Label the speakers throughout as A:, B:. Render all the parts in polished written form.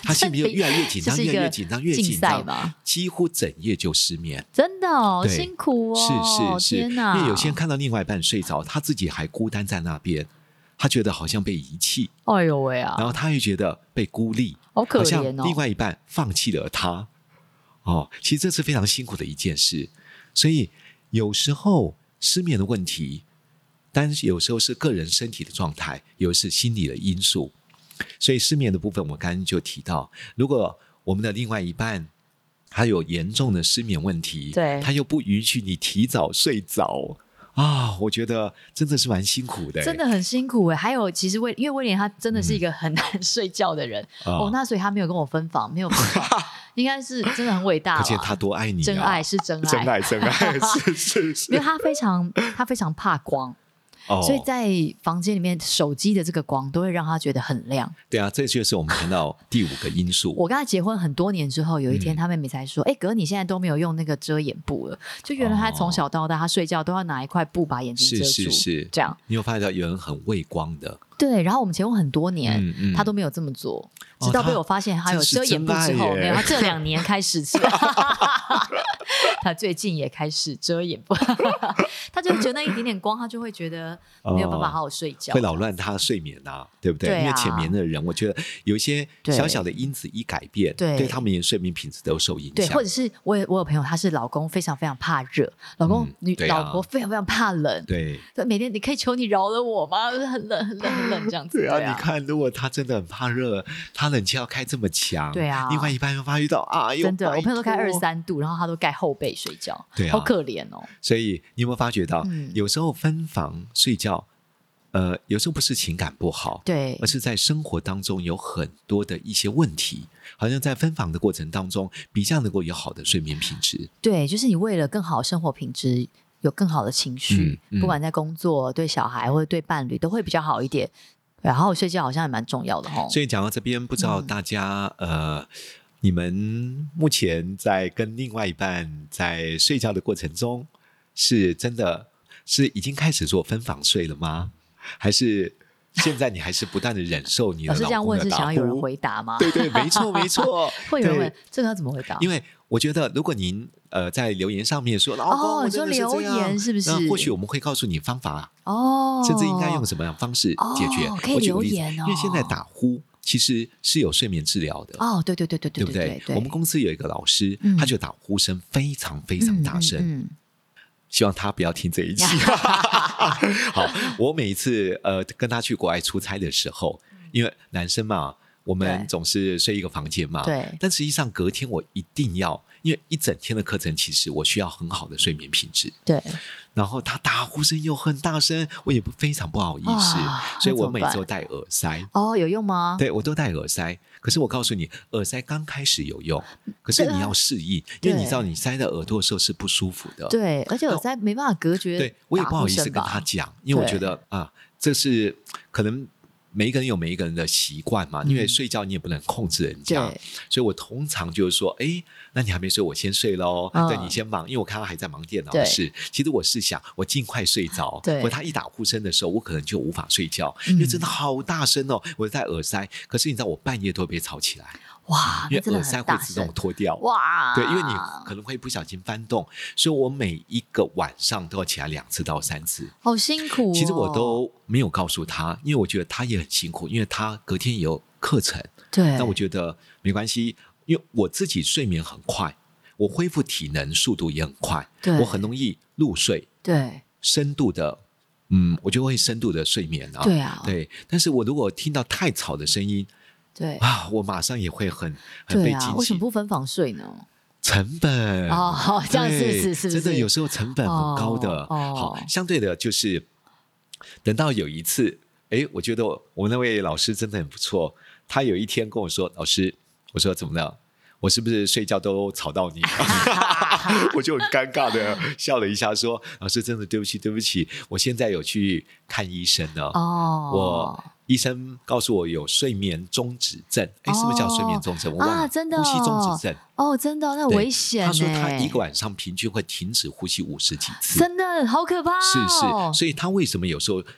A: 他心里就越来越紧张，越来越紧张，越紧张，几乎整夜就失眠。
B: 真的哦，辛苦哦，
A: 是，
B: 天哪！
A: 因为有些人看到另外一半睡着，他自己还孤单在那边，他觉得好像被遗弃，
B: 哎呦喂啊！
A: 然后他又觉得被孤立，
B: 好可怜哦，
A: 好像另外一半放弃了他。其实这是非常辛苦的一件事。所以有时候失眠的问题，但是有时候是个人身体的状态，有时是心理的因素。所以失眠的部分我刚刚就提到，如果我们的另外一半他有严重的失眠问题，
B: 对，
A: 他又不允许你提早睡着我觉得真的是蛮辛苦的，
B: 真的很辛苦还有其实因为威廉他真的是一个很难睡觉的人那所以他没有跟我分房，没有分房应该是真的很伟大，
A: 而且他多爱你
B: 真爱是真爱
A: 真爱是
B: 因为他非常怕光所以在房间里面手机的这个光都会让他觉得很亮。
A: 对啊，这就是我们谈到第5个因素。
B: 我跟他结婚很多年之后，有一天他妹妹才说哥你现在都没有用那个遮眼布了，就原来他从小到大他睡觉都要拿一块布把眼睛遮住，是这样。
A: 你有发现到有人很畏光的，
B: 对，然后我们结婚很多年他都没有这么做，直到被我发现他有遮眼布之后，没有，他这2年开始他最近也开始遮眼布他就觉得那一点点光他就会觉得没有办法好好睡觉，
A: 会扰乱他睡眠对不对？因为浅眠的人我觉得有一些小小的因子一改变，对他们连睡眠品质都受影响。
B: 对，或者是我有朋友他是老公非常非常怕热，老婆非常非常怕冷，对，每天你可以求你饶了我吗？很冷很冷很冷这样子。
A: 对啊，你看如果他真的很怕热，他冷气要开这么强，
B: 对啊，
A: 另外一半又发觉到
B: 真的我朋友都开23度，然后他都盖厚被睡觉，对好可怜哦。
A: 所以你有没有发觉到有时候分房睡觉有时候不是情感不好，对，而是在生活当中有很多的一些问题，好像在分房的过程当中比较能够有好的睡眠品质。对，
B: 就是你为了更好的生活品质，有更好的情绪，不管在工作、对小孩或者对伴侣都会比较好一点。然后睡觉好像也蛮重要的齁。所
A: 以讲到这边，不知道大家你们目前在跟另外一半在睡觉的过程中，是真的是已经开始做分房睡了吗？还是现在你还是不断的忍受你的老公的打呼？老师这样问
B: 是想要有人回答吗？
A: 对对，没错没错。
B: 会有人问这个要怎么回答？
A: 因为我觉得如果您在留言上面说老公我真的是这样，
B: 你说留言是不是？
A: 或许我们会告诉你方法甚至应该用什么样的方式解决。
B: 可以留言
A: 因为现在打呼其实是有睡眠治疗的
B: 对对对对对，对不对？
A: 我们公司有一个老师他就打呼声非常非常大声希望他不要听这一期好，我每一次跟他去国外出差的时候，因为男生嘛我们总是睡一个房间嘛，对。但实际上隔天我一定要，因为一整天的课程其实我需要很好的睡眠品质，对。然后他打呼声又很大声，我也非常不好意思，所以我每次都戴耳塞。有用吗？对，我都戴耳塞。可是我告诉你，耳塞刚开始有用，可是你要适应，因为你知道你塞在耳朵的时候是不舒服的，对，而且耳塞没办法隔绝。对，我也不好意思跟他讲，因为我觉得这是可能每一个人有每一个人的习惯嘛，因为睡觉你也不能控制人家，所以我通常就是说那你还没睡我先睡咯对，你先忙，因为我看他还在忙电脑的事。其实我是想我尽快睡着，或他一打呼声的时候我可能就无法睡觉，因为真的好大声我戴耳塞，可是你知道我半夜都会被吵起来，哇，因为耳塞会自动脱掉，哇，对，因为你可能会不小心翻动，所以我每一个晚上都要起来2次到3次，好辛苦其实我都没有告诉他，因为我觉得他也很辛苦，因为他隔天也有课程，对，那我觉得没关系，因为我自己睡眠很快，我恢复体能速度也很快，对，我很容易入睡，对，深度的我就会深度的睡眠对啊，对，但是我如果听到太吵的声音，对我马上也会很被惊醒。为什么不分房睡呢？成本这样是真的有时候成本很高的好，相对的就是等到有一次我觉得我那位老师真的很不错，他有一天跟我说，老师，我说怎么了？我是不是睡觉都吵到你我就很尴尬的笑了一下说，老师真的对不起对不起，我现在有去看医生了我医生告诉我有睡眠中止症是不是叫睡眠中止症我忘了真的呼吸中止症真的那危险他说他一个晚上平均会停止呼吸50几次，真的好可怕是所以他为什么有时候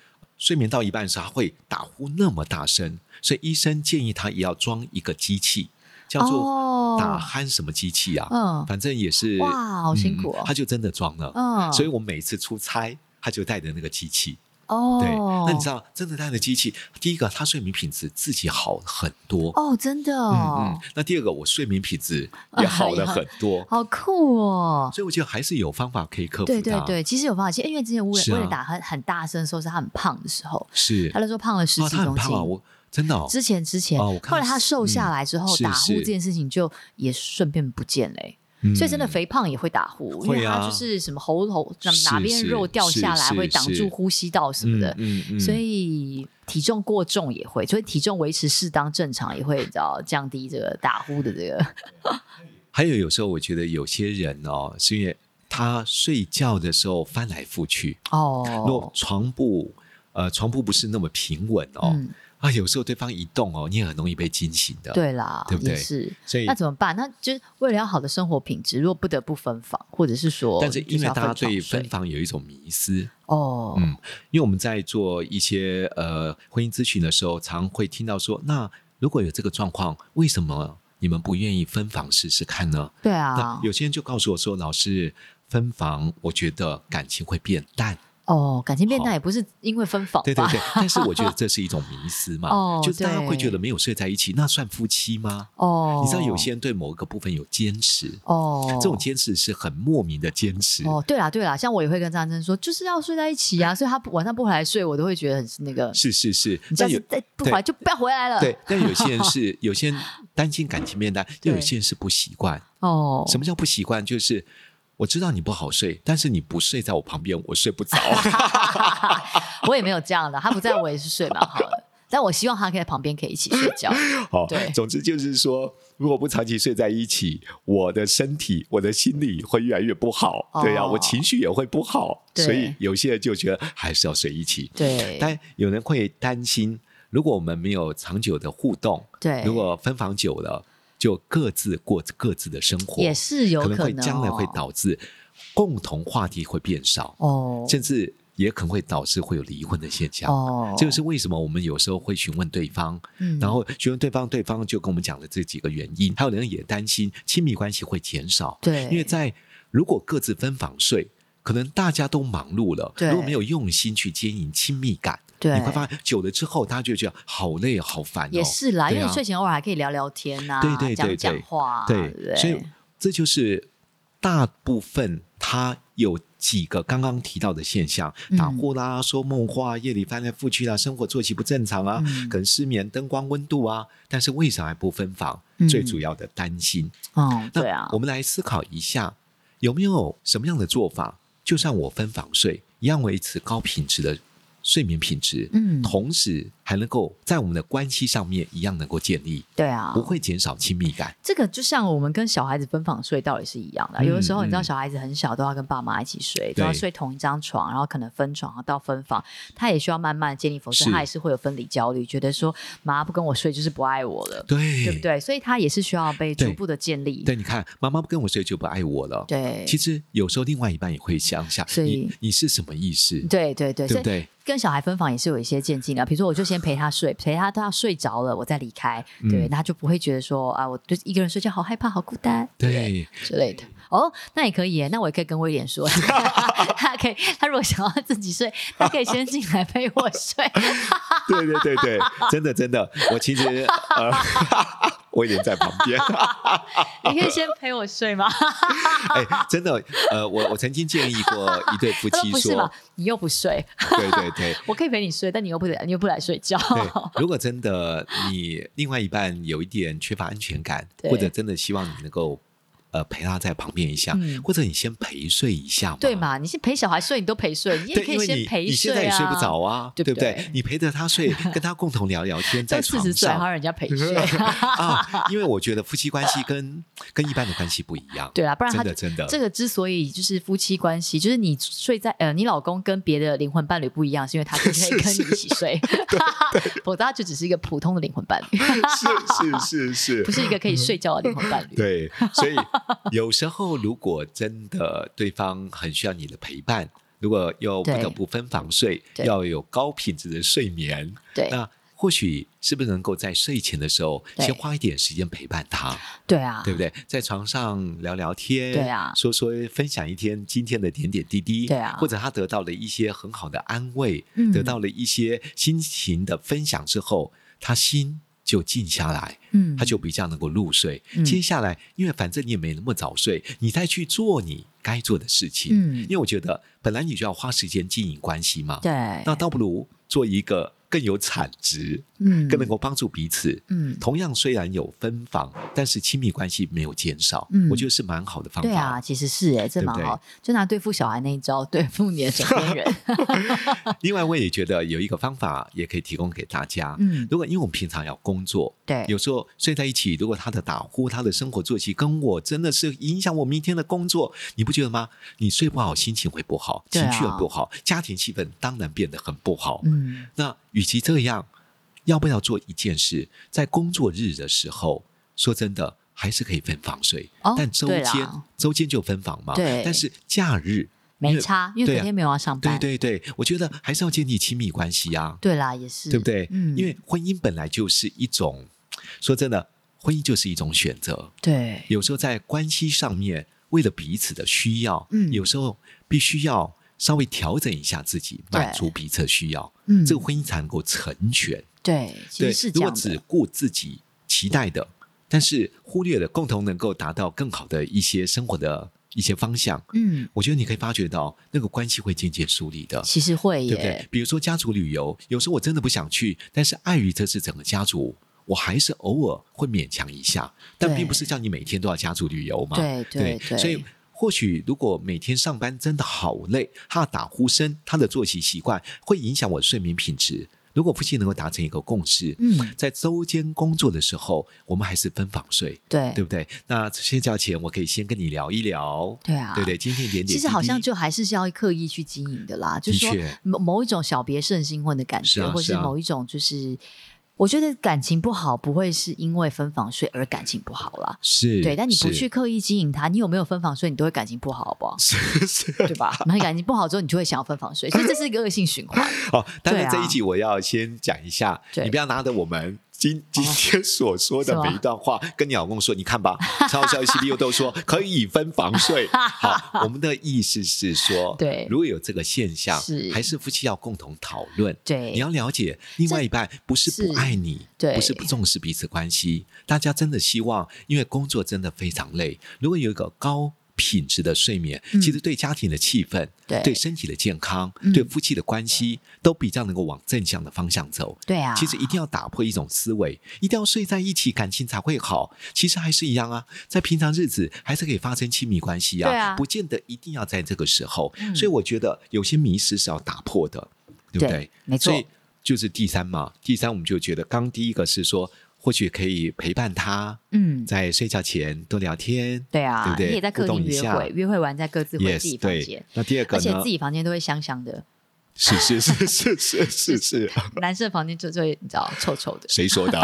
A: 睡眠到一半的时候他会打呼那么大声，所以医生建议他也要装一个机器，叫做打鼾什么机器啊，反正也是
B: 哇，好辛苦哦，
A: 他就真的装了，所以我每次出差他就带着那个机器。对，那你知道真的带着机器，第一个他睡眠品质自己好很多
B: 哦，真的哦。
A: 那第二个我睡眠品质也好了很多，
B: 好酷哦。
A: 所以我觉得还是有方法可以克服它。
B: 对，其实有方法。因为之前为了打很大声的时候，是他很胖的时候，
A: 是
B: 他那时候胖了10几公斤，
A: 他很胖啊，我真的
B: 之前，后来他瘦下来之后，打呼这件事情就也顺便不见了。所以真的肥胖也会打呼，因为它就是什么喉哪边肉掉下来会挡住呼吸道什么的，所以体重过重也会，所以体重维持适当正常也会你知道降低这个打呼的这个。
A: 还有时候我觉得有些人是因为他睡觉的时候翻来覆去如果床铺不是那么平稳有时候对方一动你也很容易被惊醒的。
B: 对啦，
A: 对不对？
B: 也是。
A: 所以
B: 那怎么办？那就是为了要好的生活品质，如果不得不分房，或者是说，
A: 但是因为大家对分房有一种迷思因为我们在做一些婚姻咨询的时候，常会听到说，那如果有这个状况，为什么你们不愿意分房试试看呢？
B: 对啊，
A: 那有些人就告诉我说，老师，分房我觉得感情会变淡。
B: 感情变淡也不是因为分房吧？
A: 对，但是我觉得这是一种迷思嘛就是大家会觉得没有睡在一起那算夫妻吗？你知道有些人对某一个部分有坚持这种坚持是很莫名的坚持
B: 对啦，像我也会跟张真说就是要睡在一起所以他晚上不回来睡我都会觉得很那个
A: 是
B: 你下次再不回来就不要回来了。
A: 对，但有些人担心感情变淡，但有些人是不习惯什么叫不习惯？就是我知道你不好睡，但是你不睡在我旁边我睡不着
B: 我也没有这样的，他不在我也是睡蛮好的但我希望他可以在旁边可以一起睡觉对，
A: 总之就是说如果不长期睡在一起，我的身体我的心理会越来越不好对啊，我情绪也会不好，所以有些人就觉得还是要睡一起。
B: 对，
A: 但有人会担心如果我们没有长久的互动，
B: 对，
A: 如果分房久了就各自过各自的生活，
B: 也是有可能
A: 会将来会导致共同话题会变少甚至也可能会导致会有离婚的现象这个是为什么我们有时候会询问对方然后询问对方就跟我们讲了这几个原因。还有人也担心亲密关系会减少，
B: 对，
A: 因为如果各自分房睡，可能大家都忙碌了，如果没有用心去经营亲密感，你会发现久了之后大家就觉得好累好烦
B: 也是啦因为你睡前偶尔还可以聊聊天对讲话对，
A: 所以这就是大部分他有几个刚刚提到的现象打呼啦说梦话夜里翻来覆去啦生活作息不正常可能失眠灯光温度但是为什么还不分房最主要的担心
B: 对啊，
A: 我们来思考一下有没有什么样的做法就算我分房睡一样维持高品质的睡眠品质同时还能够在我们的关系上面一样能够建立，
B: 对啊，
A: 不会减少亲密感。
B: 这个就像我们跟小孩子分房睡道理是一样的有的时候你知道小孩子很小都要跟爸妈一起睡都要睡同一张床然后可能分床到分房他也需要慢慢建立，否则他也是会有分离焦虑，觉得说妈不跟我睡就是不爱我了，对不对？所以他也是需要被逐步的建立。
A: 对，你看妈妈不跟我睡就不爱我了，
B: 对，
A: 其实有时候另外一半也会想想你是什么意思，
B: 对不
A: 对？
B: 跟小孩分房也是有一些渐进的，比如说我就先陪他睡，陪他到他睡着了我再离开对，那他就不会觉得说我就一个人睡觉好害怕好孤单对之类的那也可以耶，那我也可以跟威廉说他如果想要自己睡他可以先进来陪我睡
A: 对真的我其实威廉在旁边
B: 你可以先陪我睡吗
A: 真的我曾经建议过一对夫妻说
B: 不是嘛你又不睡
A: 对
B: 我可以陪你睡但你又不来睡觉
A: 如果真的你另外一半有一点缺乏安全感或者真的希望你能够陪他在旁边一下或者你先陪睡一下嘛，
B: 对嘛？你先陪小孩睡你都陪睡，你也可以先陪睡
A: 你现在也睡不着对不对？你陪着他睡跟他共同聊聊天在床上
B: 40岁还要人家陪睡
A: 因为我觉得夫妻关系跟一般的关系不一样
B: 对啊，不然他
A: 真的
B: 这个之所以就是夫妻关系就是你睡在你老公跟别的灵魂伴侣不一样是因为他可以跟你一起睡否则他就只是一个普通的灵魂伴侣是不是一个可以睡觉的灵魂伴侣对，
A: 所以有时候如果真的对方很需要你的陪伴如果又不得不分房睡，
B: 对
A: 要有高品质的睡眠，
B: 对，
A: 那或许是不是能够在睡前的时候先花一点时间陪伴他？
B: 对啊，
A: 对不对？在床上聊聊天，
B: 对啊，
A: 说分享今天的点点滴滴，
B: 对啊，
A: 或者他得到了一些很好的安慰，得到了一些心情的分享之后，他心就静下来，他就比较能够入睡。接下来，因为反正你也没那么早睡，你再去做你该做的事情。因为我觉得本来你就要花时间经营关系嘛，
B: 对，
A: 那倒不如做一个更有产值，更能够帮助彼此。同样虽然有分房，但是亲密关系没有减少，我觉得是蛮好的方法。
B: 对啊，其实是这蛮好，就拿对付小孩那一招对付你的枕边人。
A: 另外我也觉得有一个方法也可以提供给大家，如果因为我们平常要工作，
B: 对，
A: 有时候睡在一起，如果他的打呼，他的生活作息跟我真的是影响我明天的工作，你不觉得吗？你睡不好，心情会不好，情绪很不好，家庭气氛当然变得很不好。那与其这样，要不要做一件事，在工作日的时候，说真的还是可以分房睡，但周间就分房嘛。但是假日
B: 没差，因为隔天没有要上班。
A: 对，我觉得还是要建立亲密关系啊。
B: 对啦，也是，
A: 对不对？因为婚姻本来就是一种，说真的，婚姻就是一种选择。
B: 对，
A: 有时候在关系上面，为了彼此的需要，有时候必须要稍微调整一下自己，满足彼此的需要，这个婚姻才能够成全。
B: 对，其实是这样的。
A: 如果只顾自己期待的，但是忽略了共同能够达到更好的一些生活的一些方向，我觉得你可以发觉到那个关系会渐渐疏离的。
B: 其实会耶，
A: 对不对？比如说家族旅游，有时候我真的不想去，但是碍于这是整个家族，我还是偶尔会勉强一下，但并不是叫你每天都要家族旅游嘛。
B: 对，
A: 所以或许如果每天上班真的好累，他的打呼声，他的作息习惯会影响我的睡眠品质。如果夫妻能够达成一个共识，在周间工作的时候，我们还是分房睡，对不对？那睡觉前我可以先跟你聊一聊，
B: 对啊，
A: 对不对？今天点点滴滴，
B: 其实好像就还是要刻意去经营的啦，就是说某一种小别胜新婚的感觉，或是某一种就是我觉得感情不好不会是因为分房睡而感情不好啦，对，但你不去刻意经营它，你有没有分房睡，你都会感情不好，好不好？是，对吧？那感情不好之后，你就会想要分房睡，所以这是一个恶性循环。
A: 当然这一集我要先讲一下，你不要拿着我们今天所说的每一段话跟你老公说，你看吧，超消息 CPU 都说可以分房睡。好，我们的意思是说，
B: 对，
A: 如果有这个现象，还是夫妻要共同讨论。
B: 对，
A: 你要了解另外一半不是不爱你，不是不重视彼此关系，大家真的希望，因为工作真的非常累，如果有一个高品质的睡眠，其实对家庭的气氛，对身体的健康，对夫妻的关系都比较能够往正向的方向走。
B: 对啊，
A: 其实一定要打破一种思维，一定要睡在一起感情才会好，其实还是一样啊，在平常日子还是可以发生亲密关系啊，
B: 对啊，
A: 不见得一定要在这个时候。所以我觉得有些迷思是要打破的，对不对？
B: 没错。
A: 所以就是第三我们就觉得刚第一个是说或许可以陪伴他，在睡觉前多聊天，
B: 对啊，
A: 对不对？
B: 可以在客厅约会完再各自回自己房间。
A: 那第二个呢？
B: 而且自己房间都会香香的。
A: 是，
B: 男生房间就会你知道臭臭的。
A: 谁说的？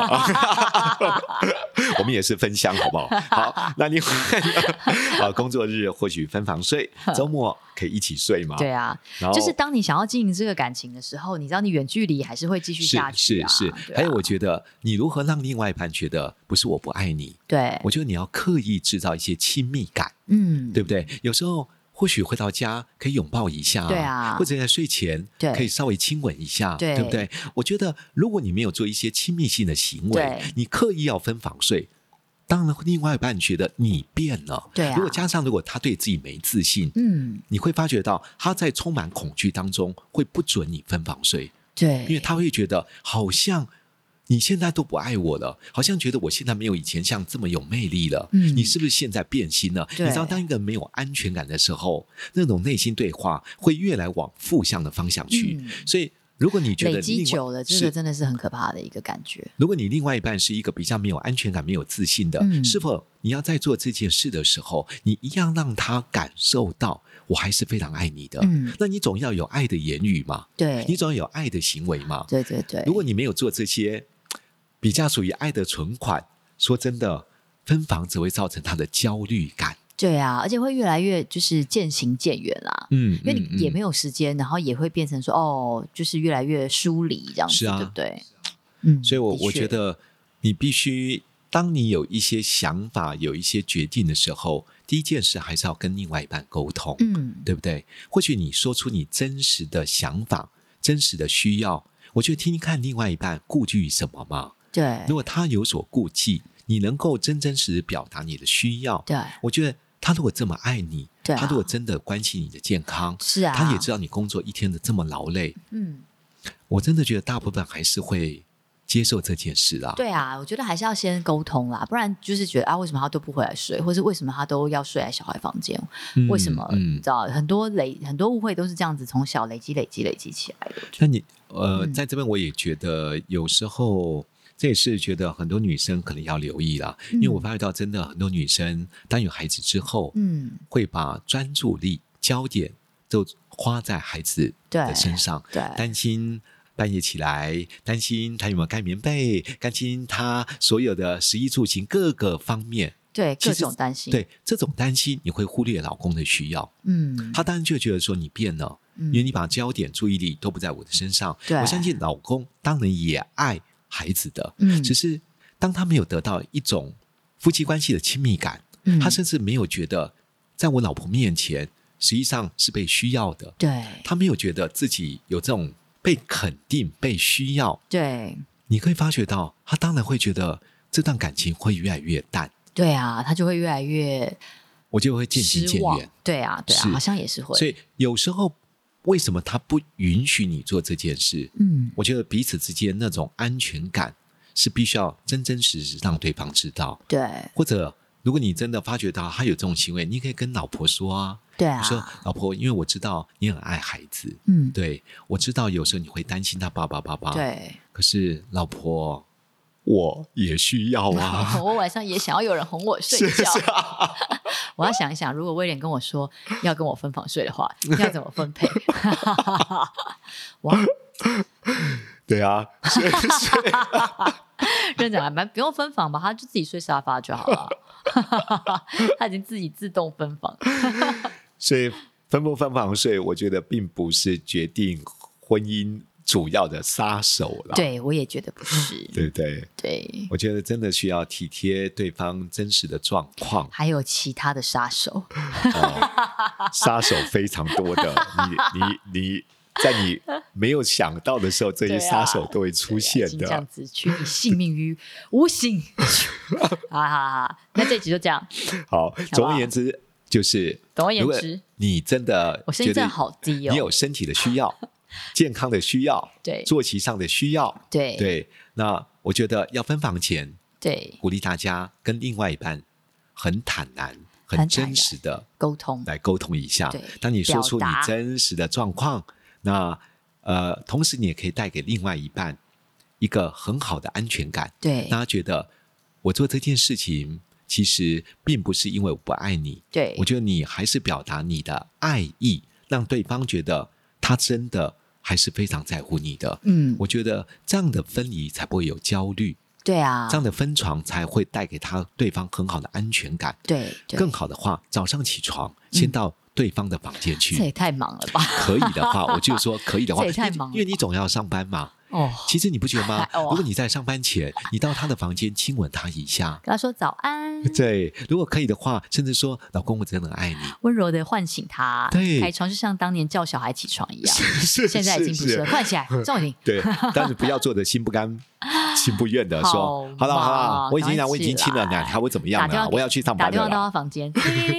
A: 我们也是分享，好不好？好，那另外工作日或许分房睡，周末可以一起睡嘛？
B: 对啊，就是当你想要经营这个感情的时候，你知道你远距离还是会继续下去啊。
A: 是，还有我觉得你如何让另外一半觉得不是我不爱你，
B: 对，
A: 我觉得你要刻意制造一些亲密感，对不对？有时候或许回到家可以拥抱一下，
B: 对啊，
A: 或者在睡前可以稍微亲吻一下，对不对？我觉得如果你没有做一些亲密性的行为，你刻意要分房睡，当然另外一半觉得你变了，
B: 对啊。
A: 如果他对自己没自信，你会发觉到他在充满恐惧当中会不准你分房睡，
B: 对，
A: 因为他会觉得好像你现在都不爱我了，好像觉得我现在没有以前像这么有魅力了，你是不是现在变心了？你知道当一个人没有安全感的时候，那种内心对话会越来往负向的方向去，所以如果你觉得
B: 累积久了，这个真的是很可怕的一个感觉。
A: 如果你另外一半是一个比较没有安全感没有自信的，是否你要在做这件事的时候，你一样让他感受到我还是非常爱你的，那你总要有爱的言语嘛，
B: 对，
A: 你总要有爱的行为嘛，
B: 对，
A: 如果你没有做这些比较属于爱的存款，说真的，分房只会造成他的焦虑感，
B: 对啊，而且会越来越就是渐行渐远啦。因为你也没有时间，然后也会变成说就是越来越疏离这样子，对不对？
A: 所以我觉得你必须，当你有一些想法、有一些决定的时候，第一件事还是要跟另外一半沟通，对不对？或许你说出你真实的想法、真实的需要，我觉得听听看另外一半顾忌什么嘛。
B: 对，
A: 如果他有所顾忌，你能够真真实实表达你的需要，
B: 对，
A: 我觉得他如果这么爱你，
B: 对啊，
A: 他如果真的关心你的健康，
B: 是啊，
A: 他也知道你工作一天的这么劳累，我真的觉得大部分还是会接受这件事啦。
B: 对啊，我觉得还是要先沟通啦，不然就是觉得为什么他都不回来睡，或是为什么他都要睡在小孩房间？为什么？你知道很多误会都是这样子从小累积起来的。
A: 那你在这边我也觉得有时候这也是觉得很多女生可能要留意啦，因为我发觉到真的很多女生当有孩子之后，会把专注力焦点都花在孩子的身上，对，担心半夜起来，担心他有没有盖棉被，担心他所有的食衣住行各个方面，
B: 对，各种担心。
A: 对，这种担心你会忽略老公的需要。他当然就觉得说你变了，因为你把焦点注意力都不在我的身上。我相信老公当然也爱孩子的，只是当他没有得到一种夫妻关系的亲密感，他甚至没有觉得在我老婆面前实际上是被需要的，
B: 对，
A: 他没有觉得自己有这种被肯定、被需要，
B: 对，
A: 你可以发觉到，他当然会觉得这段感情会越来越淡，
B: 对啊，他就会越来越，
A: 我就会渐行渐远，
B: 对啊，好像也是会。
A: 所以有时候为什么他不允许你做这件事？我觉得彼此之间那种安全感是必须要真真实实让对方知道，
B: 对，
A: 或者如果你真的发觉到他有这种行为，你可以跟老婆说啊。
B: 对啊，
A: 你说老婆，因为我知道你很爱孩子，对，我知道有时候你会担心他爸，对，可是老婆，我也需要啊，
B: 我晚上也想要有人哄我睡觉。我要想一想，如果威廉跟我说要跟我分房睡的话，要怎么分配？哇，
A: 对啊，
B: 认真还不用分房吧，他就自己睡沙发就好了。他已经自己自动分房。
A: 所以分不分房睡，我觉得并不是决定婚姻主要的杀手了。
B: 对，我也觉得不是，
A: 对不对？
B: 对，
A: 我觉得真的需要体贴对方真实的状况。
B: 还有其他的杀手，
A: 杀手非常多的。你在你没有想到的时候，这些杀手都会出现的。
B: 这样子取你性命于无形。好，那这集就这样。
A: 好，总而言之。就是
B: 总而言之，
A: 你真的
B: 我声音真的好低哦，
A: 你有身体的需要，健康的需要，
B: 对，
A: 作息上的需要，对，那我觉得要分房前，
B: 对，
A: 鼓励大家跟另外一半很坦然、很真实的
B: 沟通，
A: 来沟通一下。当你说出你真实的状况，那同时你也可以带给另外一半一个很好的安全感，
B: 对，
A: 大家觉得我做这件事情。其实并不是因为我不爱你，
B: 对，
A: 我觉得你还是表达你的爱意，让对方觉得他真的还是非常在乎你的。我觉得这样的分离才不会有焦虑，
B: 对啊，
A: 这样的分床才会带给对方很好的安全感。
B: 对，
A: 更好的话，早上起床先到对方的房间去。
B: 这也太忙了吧？
A: 可以的话，我就说可以的话，
B: 这也太忙了，
A: 因为你总要上班嘛。其实你不觉得吗？如果你在上班前，你到他的房间亲吻他一下，
B: 跟他说早安。
A: 对，如果可以的话，甚至说老公，我真的爱你，
B: 温柔的唤醒他。
A: 对，
B: 起床就像当年叫小孩起床一样。
A: 现
B: 在已经不是了，快起来，张伟霆。
A: 对，但是不要做的心不甘心不愿的说，好了，我已经亲了，你还会怎么样呢？我要去上班了。
B: 打电话到他房间。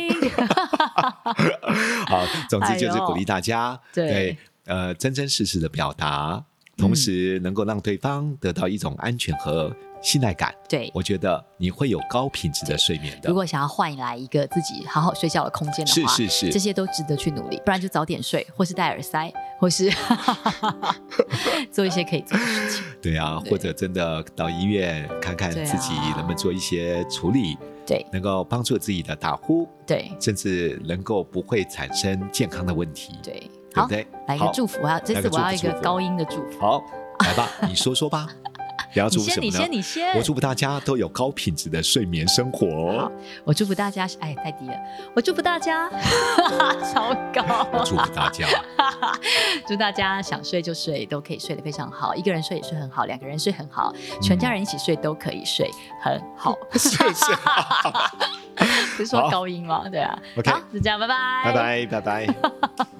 A: 好，总之就是鼓励大家，对，真真实实的表达。同时能够让对方得到一种安全和信赖感，对，我觉得你会有高品质的睡眠的。
B: 如果想要换来一个自己好好睡觉的空间的话，是，这些都值得去努力，不然就早点睡，或是戴耳塞，或是做一些可以做的事情。
A: 对啊，或者真的到医院看看自己能不能做一些处理，对，能够帮助自己的打呼，对，甚至能够不会产生健康的问题，对。好，来一个祝福，这次我要一个高音的祝福。 好，来吧，你说说吧。 你要祝福什么呢？
B: 你先。
A: 我祝福大家都有高品质的睡眠生活。
B: 好，我祝福大家，哎，太低了。我祝福大家，超高。
A: 我祝福大家，
B: 祝大家想睡就睡，都可以睡得非常好。一个人睡也睡很好，两个人睡很好，全家人一起睡都可以睡很好。
A: 是
B: 不是说高音吗？对啊。
A: OK，
B: 好，就这样，拜拜，
A: 拜拜。